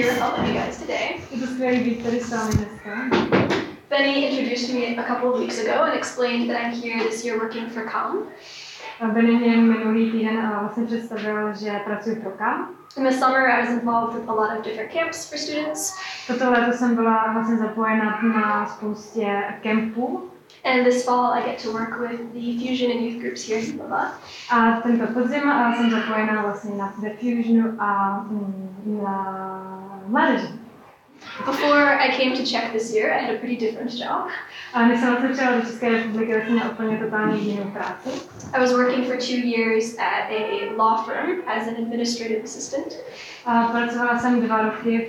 here helping you guys today. Je to skvělé být tady s vámi dneska. Benny introduced me a couple of weeks ago and explained that I'm here this year working for CAM. Benny mě minulý týden vlastně představil, že pracuji pro CAM. In the summer, I was involved with a lot of different camps for students. Toto léto jsem byla vlastně zapojena na spoustě kempů. And this fall, I get to work with the Fusion and Youth groups here in Lva. A tento podzim jsem zapojena vlastně na The Fusionu a na mládeži. Before I came to Czech this year, I had a pretty different job. A než jsem vlastně přijela do České republiky, tak jsem měla úplně totálně jinou práci. I was working for 2 years at a law firm as an administrative assistant. A pracovala jsem 2 roky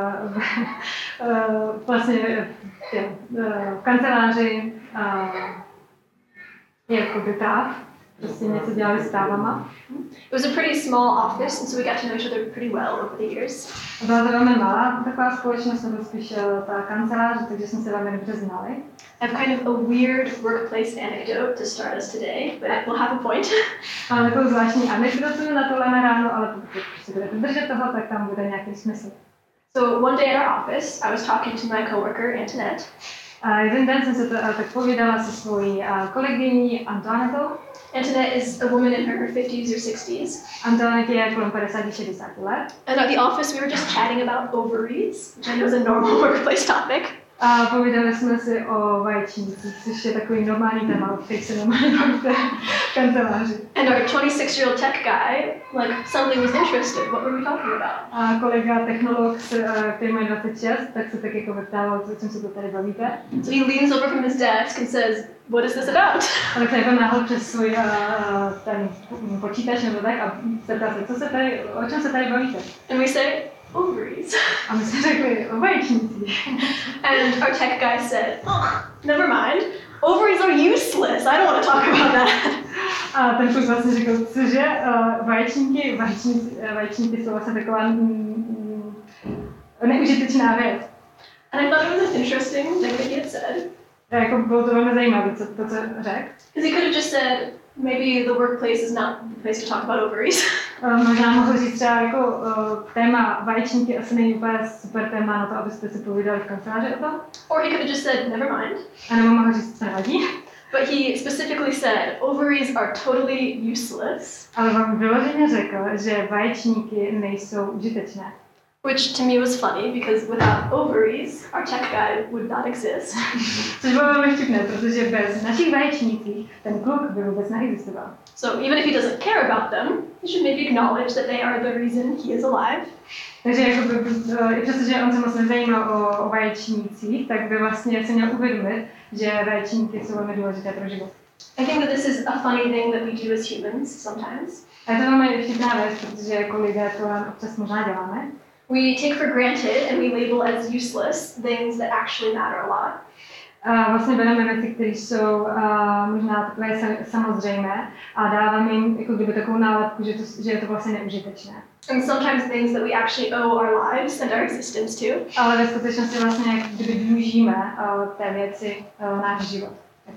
v kanceláři jakoby práv. Prostě něco dělali s právama. It was a pretty small office, and so we got to know each other pretty well over the years. Byla to velmi malá taková společnost, nebo spíš ta kancelář, takže jsme se velmi dobře znali. I have kind of a weird workplace anecdote to start us today, but it will have a point. Mám takovou zvláštní anekdotu na tohle ráno, ale pokud si budete držet toho, tak tam bude nějaký smysl. So one day at our office, I was talking to my coworker, Antoinette. A jeden den jsem se tak povídala se svojí kolegyní Antoinetou. Antoinette is a woman in her 50s or 60s. Antoinette je kolem 50-60 let. And at the office, we were just chatting about ovaries, which I know is a normal workplace topic. A povídali jsme si o vaječnících, což je takový normální téma, o kterých se normálně bavíte v kanceláři. And our 26-year-old tech guy, like, suddenly was interested. What were we talking about? A kolega technolog, který má 26, tak se tak jako vyptával, o čem se to tady bavíte. So he leans over from his desk and says, "What is this about?" A tak se jako náhl přes svůj ten počítač nebo tak a zeptal se, o čem se tady bavíte. And we say, ovaries. A my jsme řekli, o vaječnících. And our tech guy said, "Oh, never mind. Ovaries are useless. I don't want to talk about that." A ten kluk vlastně řekl, cože, vaječníky jsou vlastně taková neužitečná věc. And I thought it was interesting thing that he had said. Jako bylo to velmi zajímavé, co řekl. Because he could have just said, maybe the workplace is not the place to talk about ovaries. Možná mohl říct třeba jako téma vaječníky asi není úplně super téma na to, abyste si povídali v kanceláři o tom. Or he could have just said, never mind. A nebo mohl říct, co nevadí. But he specifically said, ovaries are totally useless. Ale vám vyloženě řekl, že vaječníky nejsou užitečné. Which to me was funny, because without ovaries, our tech guy would not exist. Což bylo velmi vtipné, protože bez našich vaječníků ten kluk by vůbec neexistoval. So even if he doesn't care about them, he should maybe acknowledge that they are the reason he is alive. Takže jako i přestože on se moc nezajímal o vaječnících, tak by vlastně se měl uvědomit, že vaječníky jsou velmi důležité pro život. I think that this is a funny thing that we do as humans sometimes. A je to velmi vtipná věc, protože jako lidé to občas možná děláme. We take for granted and we label as useless things that actually matter a lot. A vlastně bereme věci, které jsou možná takové samozřejmé a dáváme jim jako kdyby takovou nálepku, že je to vlastně neužitečné. And sometimes things that we actually owe our lives and our existence to. Ale ve skutečnosti vlastně jak kdyby dlužíme té věci náš život.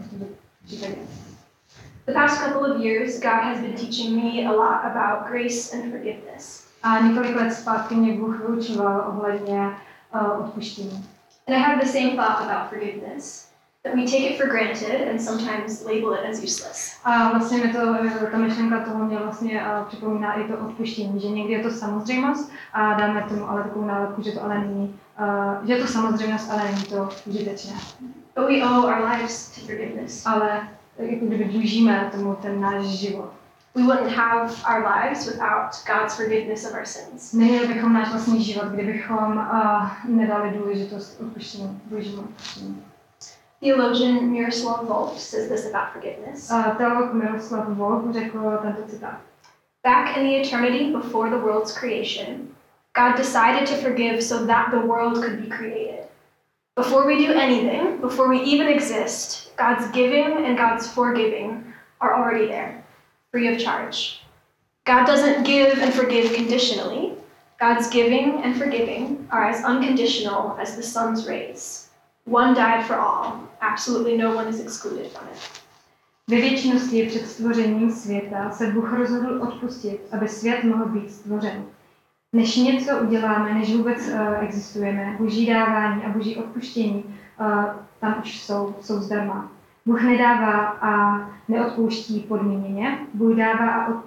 The past couple of years, God has been teaching me a lot about grace and forgiveness. A několik let zpátky mě Bůh vyučoval ohledně odpuštění. And I have the same thought about forgiveness, that we take it for granted and sometimes label it as useless. A vlastně mi ta myšlenka toho mě vlastně připomíná i to odpuštění, že někdy je to samozřejmost a dáme tomu ale takovou nálepku, že to ale není, že je to samozřejmost, ale není to užitečné. But we owe our lives to forgiveness. Ale jako kdyby dlužíme tomu ten náš život. We wouldn't have our lives without God's forgiveness of our sins. Neměli bychom náš vlastní život, kdybychom nedali důležitost odpuštění, božímu odpuštění. Theologian Miroslav Volf says this about forgiveness. Teolog Miroslav Volf řekl tento citát. Back in the eternity before the world's creation, God decided to forgive so that the world could be created. Before we do anything, before we even exist, God's giving and God's forgiving are already there, free of charge. God doesn't give and forgive conditionally. God's giving and forgiving are as unconditional as the sun's rays. One died for all. Absolutely no one is excluded from it. Ve věčnosti před stvořením světa se Bůh rozhodl odpustit, aby svět mohl být stvořen. Než něco uděláme, než vůbec existujeme, boží dávání a boží odpuštění tam už jsou zdarma. Bůh nedává a neodpouští podmíněně. Bůh dává a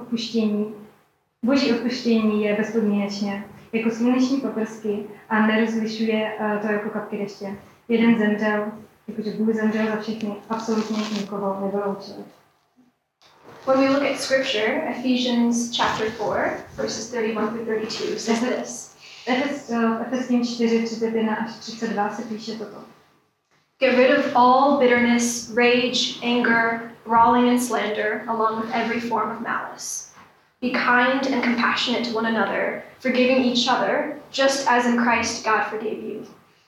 boží odpuštění je bezpodmínečně, jako sluneční paprsky a nerozlišuje to jako kapky deště. Jeden zemřel, jakože Bůh zemřel za všechny, absolutně nikoho nevyloučil. When we look at scripture, Ephesians chapter 4, verses 31 through 32 says this. Efeským 4, 31 až 32 se píše toto. Get rid of all bitterness, rage, anger, brawling and slander, along with every form of malice. Be kind and compassionate to one another, forgiving each other, just as in Christ God forgave you.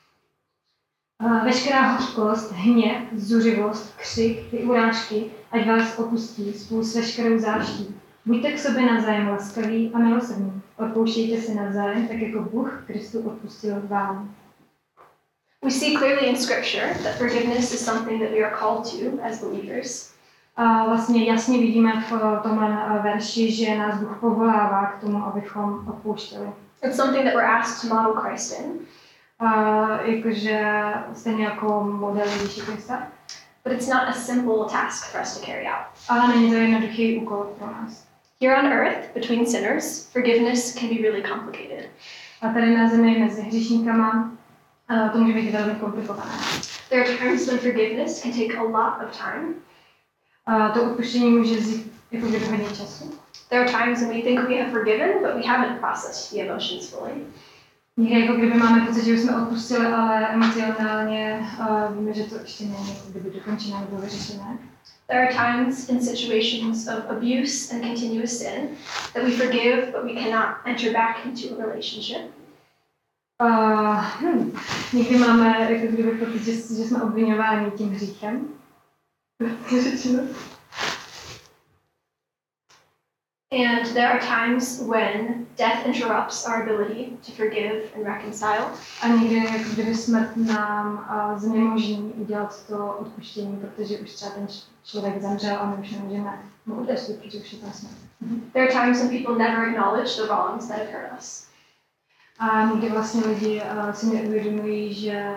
Veškerá hořkost, hněv, zuřivost, křik i urážky, ať vás opustí spolu s veškerou záští. Buďte k sobě navzájem laskaví a milosrdní. Odpouštějte si navzájem, tak jako Bůh Kristu odpustil vám. We see clearly in Scripture that forgiveness is something that we are called to as believers. A vlastně jasně vidíme v tomhle verši, že nás Bůh povolává k tomu, abychom odpouštěli. It's something that we're asked to model Christ in. Jakože stejně jako model Ježíše Krista. But it's not a simple task for us to carry out. Ale není to jednoduchý úkol pro nás. Here on earth, between sinners, forgiveness can be really complicated. A tady na zemi mezi hříšníkama to může být velmi komplikované. There are times when forgiveness can take a lot of time. To odpuštění může vzít jako kdyby hodně času. There are times when we think we have forgiven, but we haven't processed the emotions fully. Někdy jako kdyby máme pocit, že už jsme odpustili, ale emocionálně víme, že to ještě není jako kdyby dokončené nebo vyřešené. There are times in situations of abuse and continuous sin that we forgive, but we cannot enter back into a relationship. Někdy máme jako kdyby pocit, že jsme obvinováni tím hříchem. And there are times when death interrupts our ability to forgive and reconcile. A někdy jako kdyby smrt nám znemožní udělat to odpuštění, protože už třeba ten člověk zemřel a my už nemůžeme mu odpustit, protože už je tam smrt. There are times when people never acknowledge the wrongs that have hurt us. A někdy vlastně lidi si neuvědomují, že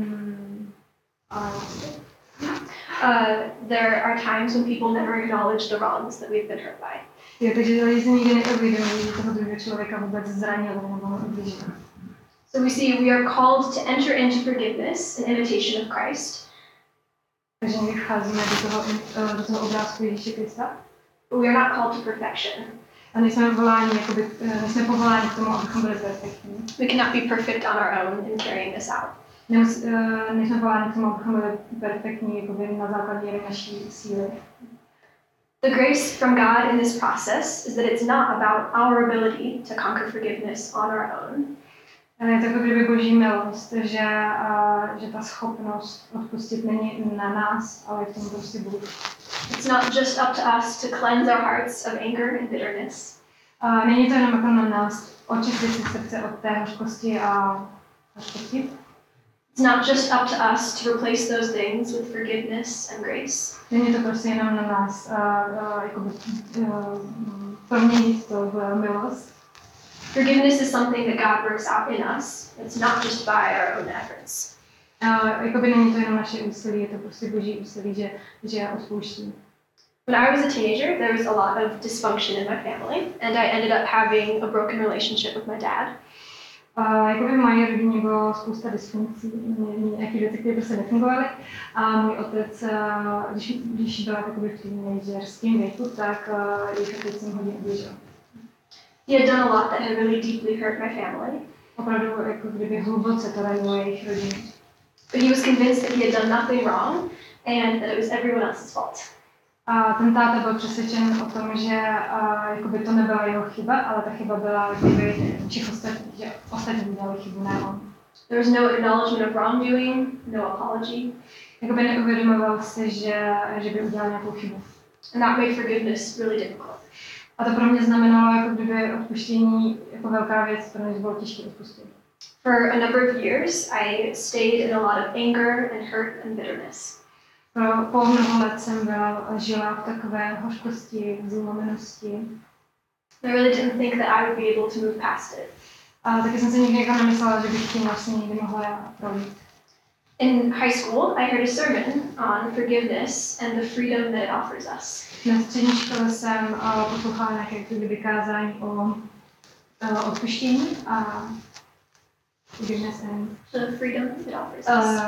there are times when people never acknowledge the wrongs that we've been hurt by. Jo, takže lidi si nikdy neuvědomují, že toho druhého člověka vůbec zranilo nebo mu ublížilo. So we see we are called to enter into forgiveness in imitation of Christ. Takže my vcházíme do toho obrázku Ježíše Krista. But we are not called to perfection. A nejsme povoláni k tomu, abychom byli perfektní. We cannot be perfect on our own in carrying this out. Nejsme povoláni k tomu, abychom byli perfektní na základě naší síly. The grace from God in this process is that it's not about our ability to conquer forgiveness on our own. Je to jako kdyby boží milost, že ta schopnost odpustit není na nás, ale je v tom prostě Bůh. It's not just up to us to cleanse our hearts of anger and bitterness. Není to jenom jako na nás očistit si srdce od té hořkosti a hořkosti. It's not just up to us to replace those things with forgiveness and grace. Není to prostě jenom na nás proměnit to v milost. Forgiveness is something that God works out in us. It's not just by our own efforts. Jakoby není to jenom naše úsilí, je to prostě boží úsilí, že odpouští. When I was a teenager, there was a lot of dysfunction in my family, and I ended up having a broken relationship with my dad. Jakoby v mojej rodině bylo spousta dysfunkcí, nějaké věci, které prostě nefungovaly. A můj otec, když byl v teenagerském věku, tak jejich otec jsem hodně ublížil. He had done a lot that had really deeply hurt my family. Opravdu jako kdyby hluboce to ranilo jejich rodinu. But he was convinced that he had done nothing wrong and that it was everyone else's fault. A ten táta byl přesvědčen o tom, že jakoby to nebyla jeho chyba, ale ta chyba byla jakoby všech ostatních, že ostatní dělali chybu, ne on. There was no acknowledgement of wrongdoing, no apology. Jakoby neuvědomoval si, že by udělal nějakou chybu. And that made forgiveness really difficult. A to pro mě znamenalo jako kdyby odpuštění jako velká věc, pro mě bylo těžké odpustit. For a number of years, I stayed in a lot of anger and hurt and bitterness. Po mnoho let jsem žila v takové hořkosti, zlomenosti. I really didn't think that I would be able to move past it. A taky jsem si nikdy jako nemyslela, že bych tím vlastně někdy mohla projít. In high school, I heard a sermon on forgiveness and the freedom that it offers us. Na střední škole jsem poslouchala nějaké vykázání o odpuštění a forgiveness and The freedom it offers us.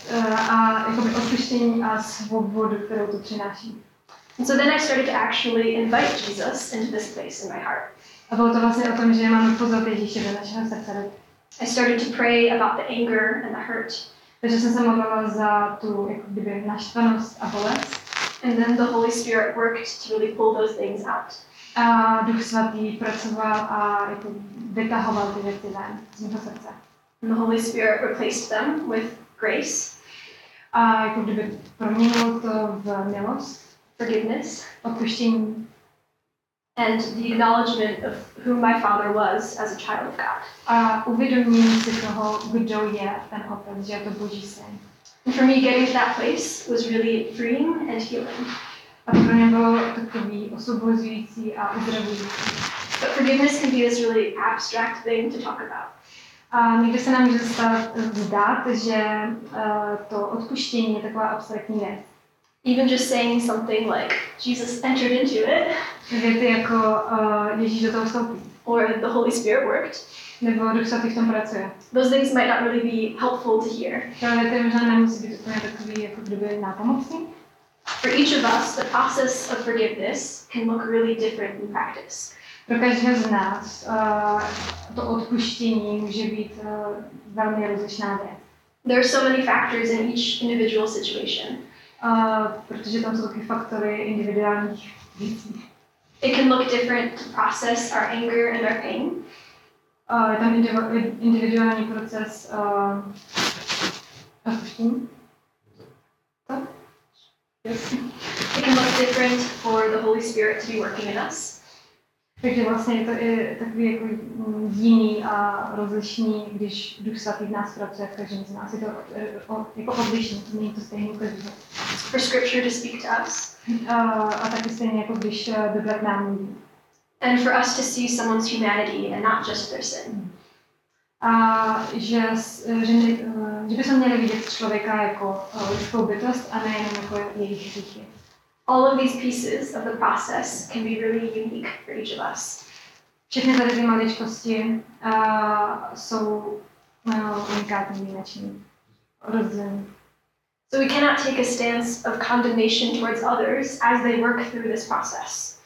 a jakoby odpuštění a svobodu, kterou to přináší. And so then I started to actually invite Jesus into this place in my heart. A bylo to vlastně o tom, že máme pozvat Ježíše do našeho srdce. I started to pray about the anger and the hurt. Takže jsem se modlila za tu jako kdyby naštvanost a bolest. And then the Holy Spirit worked to really pull those things out. A Duch Svatý pracoval a jako vytahoval ty věci ven z mého srdce. And the Holy Spirit replaced them with grace, A jako kdyby proměnil to v milost, forgiveness, odpuštění and the acknowledgement of who my Father was as a child of God. a uvědomění si toho, kdo je ten Otec, že je to Boží syn. And for me, getting to that place was really freeing and healing. A to pro mě bylo takový osvobozující a uzdravující. But forgiveness can be this really abstract thing to talk about. A někdy se nám může zdát, že to odpuštění je taková abstraktní věc. Even just saying something like, Jesus entered into it, Věty jako Ježíš do toho vstoupí, or the Holy Spirit worked, nebo Duch Svatý v tom pracuje. those things might not really be helpful to hear. Tyhle věty možná nemusí být úplně takový jako kdyby nápomocný. For each of us, the process of forgiveness can look really different in practice. Pro každého z nás to odpuštění může být velmi rozlišná věc. There are so many factors in each individual situation. Protože tam jsou taky faktory individuálních věcí. It can look different to process our anger and our pain. Je tam individuální proces odpuštění. Yes. It can look different for the Holy Spirit to be working in us. Takže vlastně je to i takový jako jiný a rozlišný, když Duch Svatý v nás pracuje v každém z nás. Je to jako odlišný, není to stejný u každého. For Scripture to speak to us. A taky stejně jako když Bible k nám mluví. And for us to see someone's humanity and not just their sin. A že bychom měli vidět člověka jako lidskou bytost a nejenom jako jejich hříchy. All of these pieces of the process can be really unique for each of us. Všechny tady ty maličkosti jsou unikátní, výjimečný, rozdělený. So we cannot take a stance of condemnation towards others as they work through this process.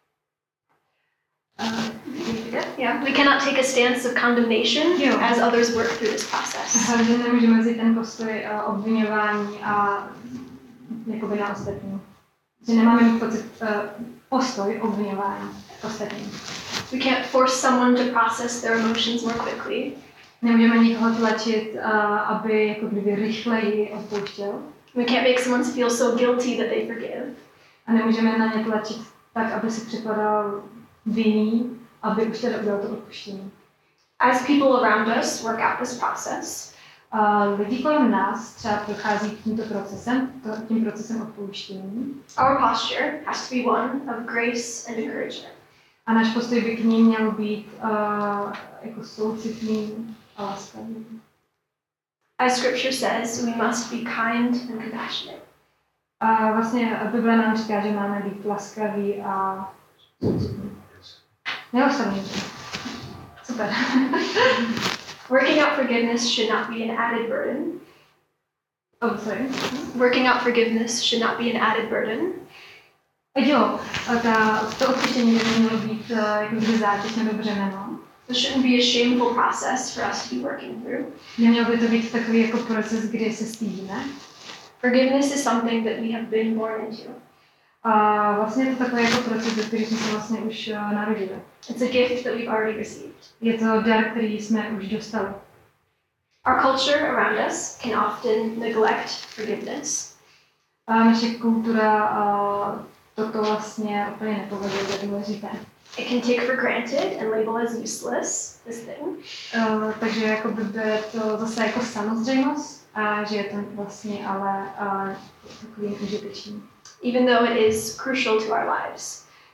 Yeah, we cannot take a stance of condemnation as others work through this process. Takže nemůžeme vzít ten postoj obviňování a jakoby na ostatní. Že nemáme mít postoj obviňování ostatní. We can't force someone to process their emotions more quickly. Nemůžeme nikoho tlačit, aby jako kdyby rychleji odpouštěl. We can't make someone feel so guilty that they forgive. A nemůžeme na ně tlačit tak, aby si připadal vinný, aby už teda udělal to odpuštění. As people around us work out this process, lidi kolem nás třeba prochází tím procesem odpouštění. our posture has to be one of grace and encouragement. A náš postoj by k ní měl být jako soucitný a laskavý. As Scripture says, we must be kind and compassionate. A vlastně Bible nám říká, že máme být laskaví a soucitní. Milosrdní. Super. Working out forgiveness should not be an added burden. Oh, sorry. Working out forgiveness should not be an added burden. Jo, to odpuštění by nemělo být jako kdyby zátěž nebo břemeno. It shouldn't be a shameful process for us to be working through. Neměl by to být takový jako proces, kdy se stydíme. Forgiveness is something that we have been born into. A vlastně je to takový jako proces, do kterého jsme se vlastně už narodili. It's a gift that we've already received. Je to dar, který jsme už dostali. Our culture around us can often neglect forgiveness. A naše kultura toto vlastně úplně nepovažuje za důležité. It can take for granted and label as useless, this thing. Takže jako by bylo to zase jako samozřejmost a že je to vlastně ale takový užitečný. Even though it is crucial to our lives.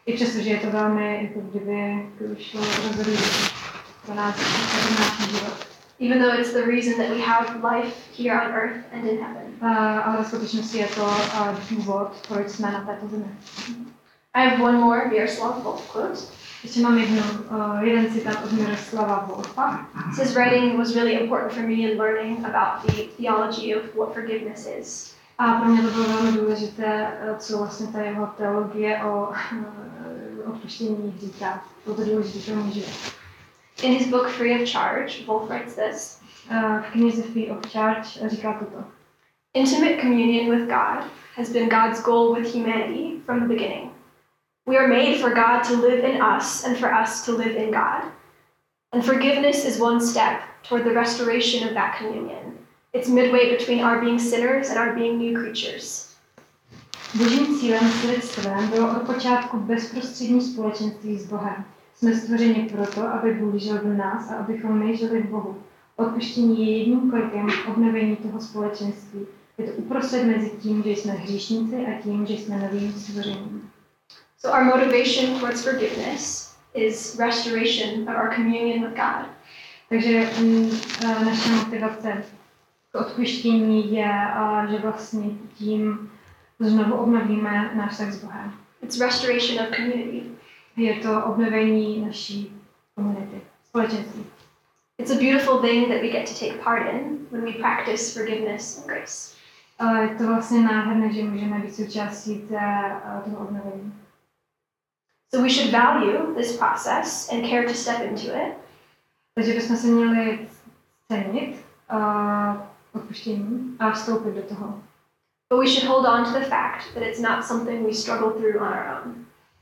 I přesto, že je to velmi, jako kdyby šlo rozhodující pro nás, pro náš život. Even though it's the reason that we have life here on earth and in heaven. Ale v skutečnosti je to důvod, proč jsme na této zemi. I have one more Miroslav Volf quote. Ještě mám jeden citát od Miroslava Volfa. His writing was really important for me in learning about the theology of what forgiveness is. A pro mě to bylo velmi důležité, co vlastně ta jeho teologie o odpuštění říká. Bylo to důležité pro můj život. In his book Free of Charge, Volf writes this. V knize Free of Charge říká toto. Intimate communion with God has been God's goal with humanity from the beginning. We are made for God to live in us and for us to live in God. And forgiveness is one step toward the restoration of that communion. It's midway between our being sinners and our being new creatures. Božím cílem s lidstvem bylo od počátku bezprostřední společenství s Bohem. Jsme stvořeni proto, aby Bůh žil v nás a abychom my žili v Bohu. Odpuštění je jedním krokem k obnovení toho společenství. Je to uprostřed mezi tím, že jsme hříšníci a tím, že jsme novým stvořením. So our motivation towards forgiveness is restoration of our communion with God. Takže naše motivace k odpuštění je, že vlastně tím znovu obnovíme náš vztah s Bohem. It's restoration of community. Je to obnovení naší komunity, společenství. It's a beautiful thing that we get to take part in when we practice forgiveness and grace. Je to vlastně nádherné, že můžeme být součástí toho obnovení. So we should value this process and care to step into it. Takže bychom se měli cenit odpuštění a vstoupit do toho. But we should hold on to the fact that it's not something we struggle through on our own.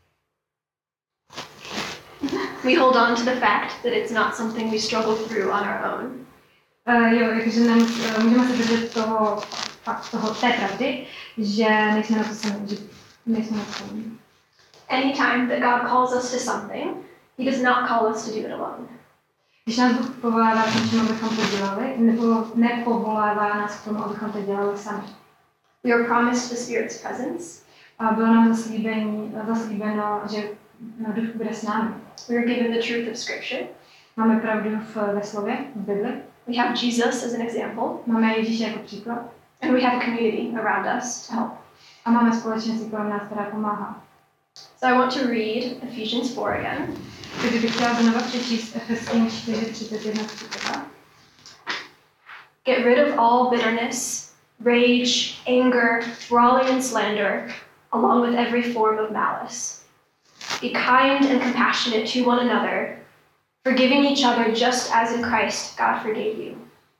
We hold on to the fact that it's not something we struggle through on our own. Jakože můžeme se držet té pravdy, že nejsme na to sami, že nejsme na to sami. Anytime that God calls us to something, He does not call us to do it alone. Když nás Bůh povolává k něčemu, abychom to dělali, nepovolává nás k tomu, abychom to dělali sami. We are promised the Spirit's presence. A bylo nám zaslíbeno, že Duch bude s námi. We are given the truth of Scripture. Máme pravdu ve slově, v Bibli. We have Jesus as an example. Máme Ježíše jako příklad. And we have a community around us to help. A máme společenství kolem nás, která pomáhá. So I want to read Ephesians 4 again. Takže bych chtěla znovu přečíst Efeským 4:31-32. Get rid of all bitterness, rage, anger, brawling and slander, along with every form of malice. Be kind and compassionate to one another, forgiving each other just as in Christ God forgave you.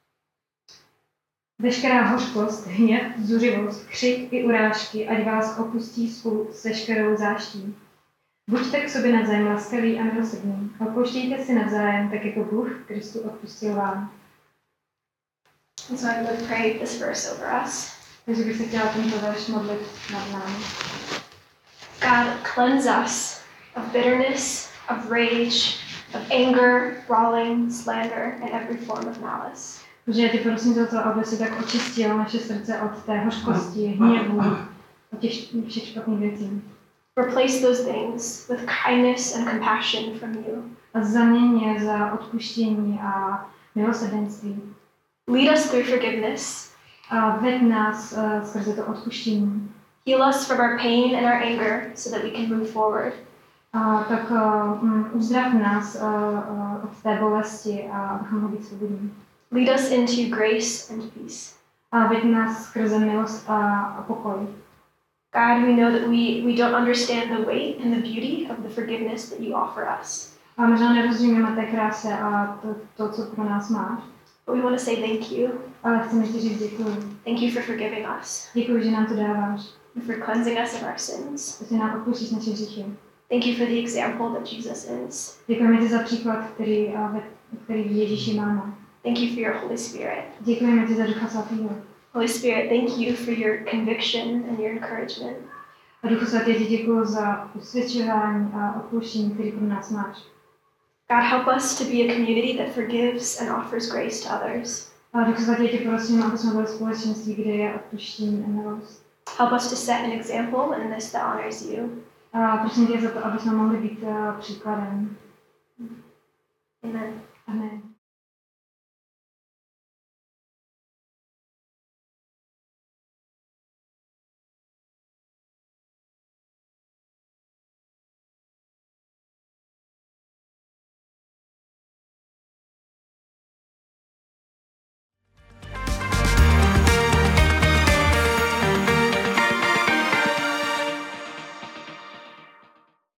Veškerá hořkost, hněv, zuřivost, křik i urážky, ať vás opustí spolu s veškerou záští. Buďte k sobě navzájem laskaví a milosrdní. Odpouštějte si navzájem, tak jako Bůh Kristu odpustil vám. And so I'm going to pray this verse over us. Takže bych se chtěla tento verš modlit nad námi. God, cleanse us of bitterness, of rage, of anger, brawling, slander, and every form of malice. Protože já tě prosím za to, aby si tak očistil naše srdce od té hořkosti, hněvu, od těch všech špatných věcí. Replace those things with kindness and compassion from you. A zaměň je za odpuštění a milosrdenství. Lead us through forgiveness. A ved nás skrze to odpuštění. Heal us from our pain and our anger so that we can move forward. A tak uzdrav nás od té bolesti a abychom mohli být svobodní. Lead us into grace and peace. A ved nás skrze milost a pokoj. God, we know that we don't understand the weight and the beauty of the forgiveness that you offer us. A možná nerozumíme té kráse a to, co pro nás máš. But we want to say thank you. Ale chceme ti říct děkuji. Thank you for forgiving us. Děkuji, že nám to dáváš. And for cleansing us of our sins. Že nám odpustíš naše hříchy. Thank you for the example that Jesus is. Děkujeme ti za příklad, který v Ježíši máme. Thank you for your Holy Spirit. Děkujeme ti za Ducha Svatého. Holy Spirit, thank you for your conviction and your encouragement. A Duchu Svatý, ti děkuji za usvědčování a odpuštění, který pro nás máš. God, help us to be a community that forgives and offers grace to others. A Duchu Svatý, tě prosím, aby jsme byli společenství, kde je odpuštění a milost. Help us to set an example in this that honors you. A prosím tě za to, aby jsme mohli být příkladem.